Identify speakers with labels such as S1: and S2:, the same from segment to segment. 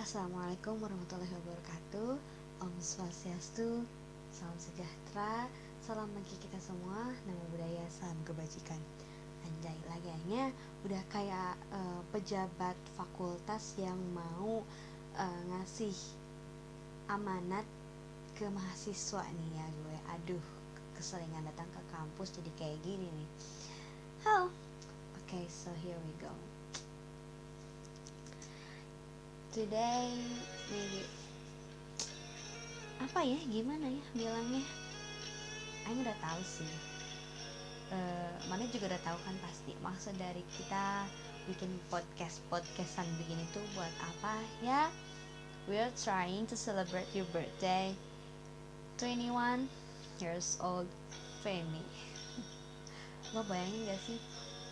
S1: Assalamualaikum warahmatullahi wabarakatuh. Om Swastiastu, salam sejahtera, salam bagi kita semua, namo buddhaya, salam kebajikan. Anjay, laganya udah kayak pejabat fakultas yang mau ngasih amanat ke mahasiswa nih ya gue. Aduh, keseringan datang ke kampus jadi kayak gini nih. Okay, so here we go. Today maybe apa ya, gimana ya bilangnya, Aing udah tahu sih, mana juga udah tahu kan pasti maksud dari kita bikin podcastan begini tuh buat apa ya. We're trying to celebrate your birthday, 21 years old Femi. Lo bayangin gak sih,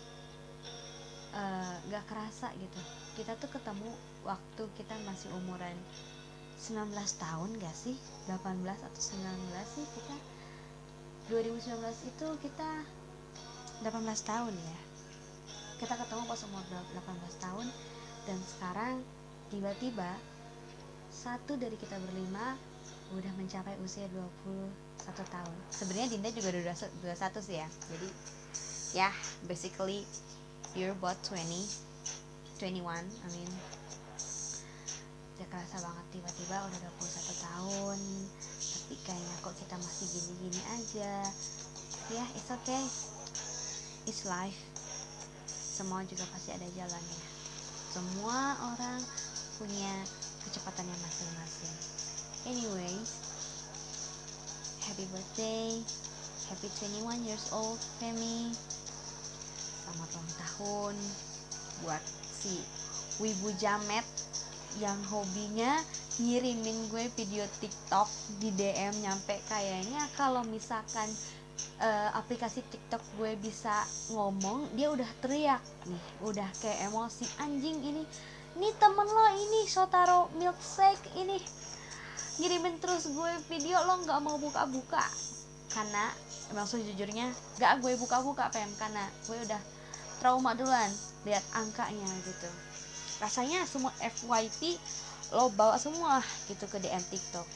S1: gak kerasa gitu kita tuh ketemu waktu kita masih umuran 19 tahun gak sih, 18 atau 19 sih, kita 2019 itu kita 18 tahun ya, kita ketemu pas umur 18 tahun. Dan sekarang tiba-tiba satu dari kita berlima udah mencapai usia 21 tahun. Sebenarnya Dinda juga udah 21 sih ya, jadi ya basically you're about 21, I mean. Udah kerasa banget tiba-tiba udah 21 tahun, tapi kayaknya kok kita masih gini-gini aja. Ya, it's okay, it's life. Semua juga pasti ada jalannya. Semua orang punya kecepatannya masing-masing. Anyway, happy birthday, happy 21 years old Femi. Selamat ulang tahun buat si Wibu Jamet yang hobinya ngirimin gue video TikTok di DM nyampe kayaknya kalau misalkan aplikasi TikTok gue bisa ngomong, dia udah teriak nih, udah kayak emosi, anjing ini temen lo ini Shotaro milkshake ini ngirimin terus gue video, lo nggak mau buka-buka. Karena emang sejujurnya nggak gue buka-buka karena gue udah trauma duluan lihat angkanya gitu. Rasanya semua FYP lo bawa semua gitu ke DM TikTok.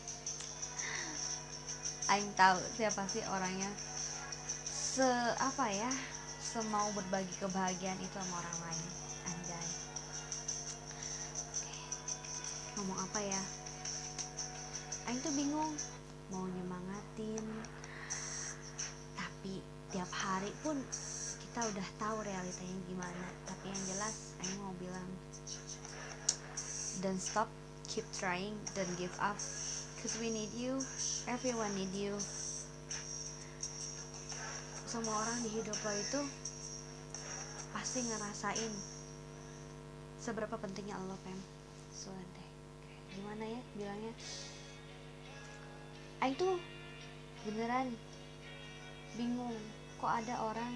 S1: Aing tahu siapa sih orangnya semau berbagi kebahagiaan itu sama orang lain. Anjay. Ngomong apa ya, Aing tuh bingung mau nyemangatin, tapi tiap hari pun kita udah tahu realitanya gimana. Tapi yang jelas Aing mau bilang, don't stop, keep trying, don't give up, cause we need you, everyone need you. Semua orang di hidup lo itu pasti ngerasain seberapa pentingnya lo, Pem. So deh, gimana ya bilangnya, Aing tuh beneran bingung kok ada orang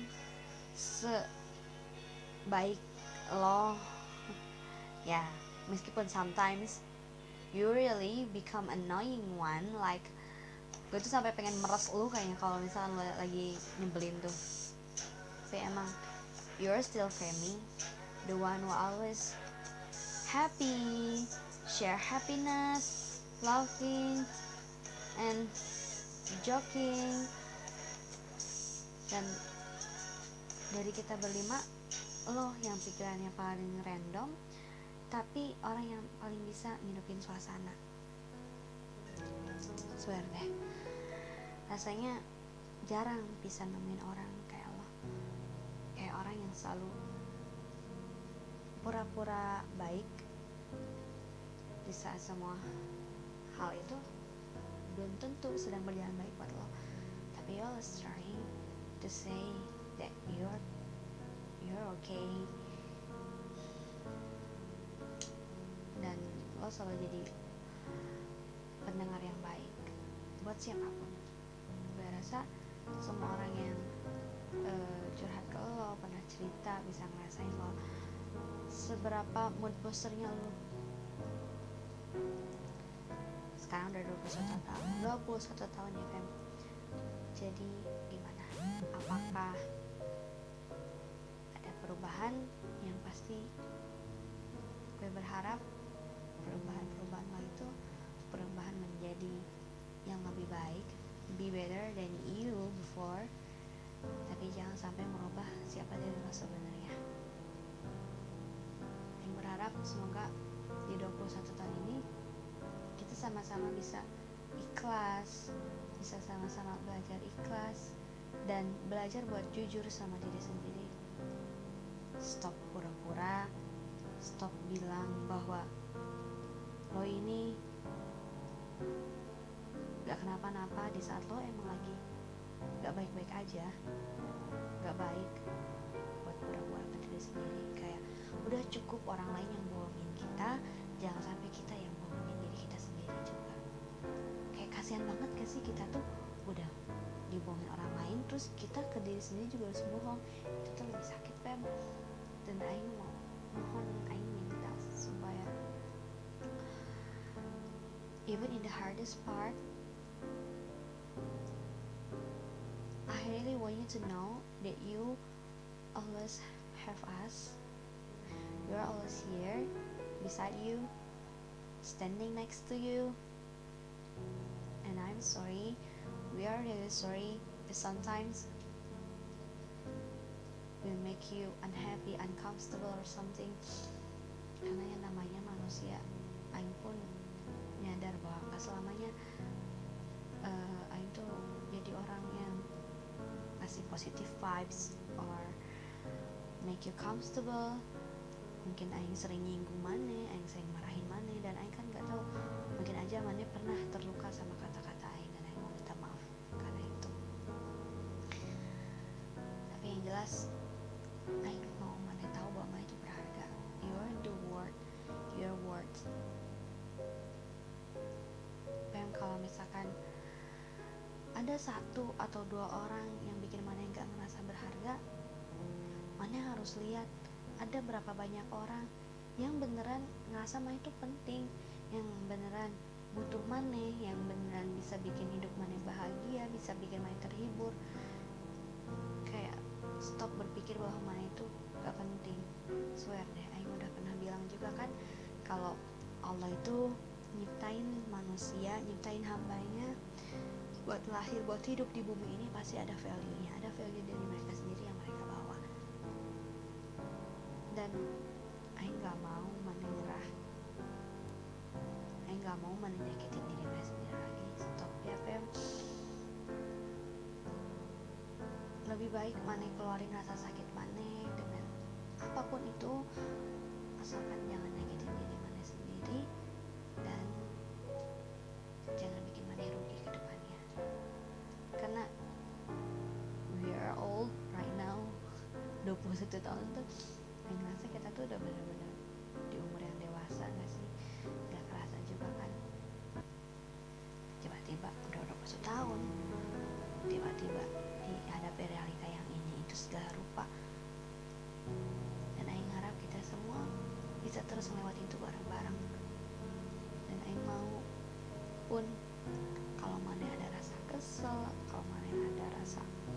S1: sebaik lo ya, meskipun sometimes you really become annoying one, like gue tuh sampai pengen meres lu kayaknya kalau misalnya lo lagi nyebelin tuh. Tapi emang you're still Femi, the one who always happy, share happiness, laughing and joking. Dan dari kita berlima, lo yang pikirannya paling random, tapi orang yang paling bisa ngidupin suasana. Swear deh, rasanya jarang bisa nemuin orang kayak lo, kayak orang yang selalu pura-pura baik di saat semua hal itu belum tentu sedang berjalan baik buat lo. Tapi you're always trying to say that you're okay, dan lo selalu jadi pendengar yang baik buat siapapun. Gue rasa semua orang yang curhat ke lo, pernah cerita, bisa ngerasain lo seberapa mood boosternya lo. Sekarang udah 21 tahun ya, Fem. Jadi gimana? Apakah ada perubahan? Yang pasti gue berharap perubahan lo itu perubahan menjadi yang lebih baik, be better than you before, tapi jangan sampai merubah siapa diri lo sebenarnya. Yang berharap semoga di 21 tahun ini kita sama-sama bisa ikhlas, bisa sama-sama belajar ikhlas dan belajar buat jujur sama diri sendiri. Stop pura-pura, stop bilang bahwa lo ini gak kenapa-napa di saat lo emang lagi gak baik-baik aja. Gak baik buat pura-pura ke diri sendiri. Kayak udah cukup orang lain yang bohongin kita, jangan sampai kita yang bohongin diri kita sendiri juga. Kayak kasihan banget gak sih kita tuh udah dibohongin orang lain, terus kita ke diri sendiri juga harus bohong. Itu tuh lebih sakit, Pem. Dan Aing mohon, Aing minta supaya even in the hardest part, I really want you to know that you always have us. We are always here beside you, standing next to you. And I'm sorry, we are really sorry if sometimes we make you unhappy, uncomfortable or something. Karena yang namanya manusia, Aing pun nyadar bahwa gak selamanya Aing tuh jadi orang yang ngasih positive vibes or make you comfortable. Mungkin Aing sering nyinggung maneh, Aing sering marahin maneh, dan Aing kan gak tahu, mungkin aja maneh pernah terluka sama kata-kata Aing, dan Aing mau minta maaf karena itu. Tapi yang jelas Aing mau maneh tahu bahwa maneh itu berharga. You are the worth, your worth. Pem, kalau misalkan ada satu atau dua orang yang bikin maneh gak ngerasa berharga, maneh harus lihat ada berapa banyak orang yang beneran ngerasa maneh itu penting, yang beneran butuh maneh, yang beneran bisa bikin hidup maneh bahagia, bisa bikin maneh terhibur. Kayak stop berpikir bahwa maneh itu gak penting. Swear deh, Aing udah pernah bilang juga kan, kalau Allah itu nyiptain manusia, nyiptain hambanya buat lahir, buat hidup di bumi ini, pasti ada value-nya, ada value dari mereka sendiri yang mereka bawa. Dan Aing gak mau maneh nyerah, Aing gak mau maneh nyakitin diri maneh sendiri lagi. Stop ya, Pem. Lebih baik maneh keluarin rasa sakit maneh dengan apapun itu, asalkan jangan nyakitin diri maneh sendiri dan jangan bikin maneh rugi ke depannya. Karena we are old right now, 21 tahun tuh Aing ngerasa kita tuh udah bener-bener di umur yang dewasa gak sih? Gak kerasa juga kan, tiba-tiba udah 21 tahun, tiba-tiba dihadapi realita yang ini itu segala rupa. Dan Aing harap kita semua bisa terus melewati itu bareng-bareng. Dan Aing mau pun kalau maneh ada rasa kesel, kalau maneh ada rasa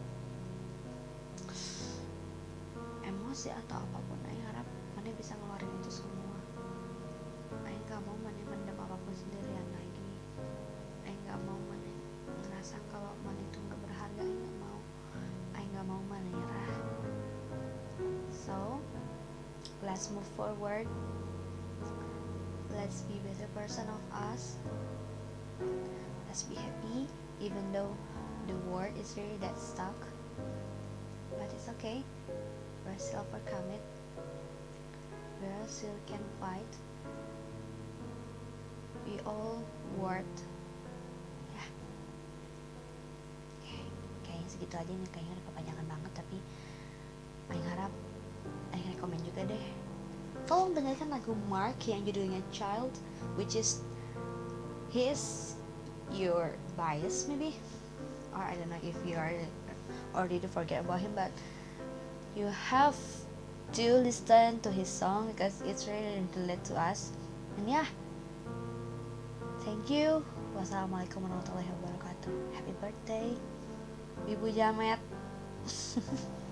S1: emosi atau apapun, Aing harap maneh bisa ngeluarin itu semua. Aing gak mau maneh mendam apapun sendirian lagi. Aing gak mau maneh ngerasa kalau maneh itu gak berharga. Aing gak mau. Aing gak mau maneh nyerah. So let's move forward, let's be better person of us, let's be happy even though the world is really that stuck, but it's okay, we're still overcome it, we still can fight, we all worth. Ya, kayaknya segitu aja nih, kayaknya udah kepanjangan banget, tapi Aing harap Aing rekomen juga deh, tolong dengarkan lagu Mark yang judulnya Child, which is his your bias maybe, or I don't know if you are already forget about him, but you have to listen to his song because it's really relate to us. And yeah, thank you. Wassalamualaikum warahmatullahi wabarakatuh. Happy birthday Ibu Jamet.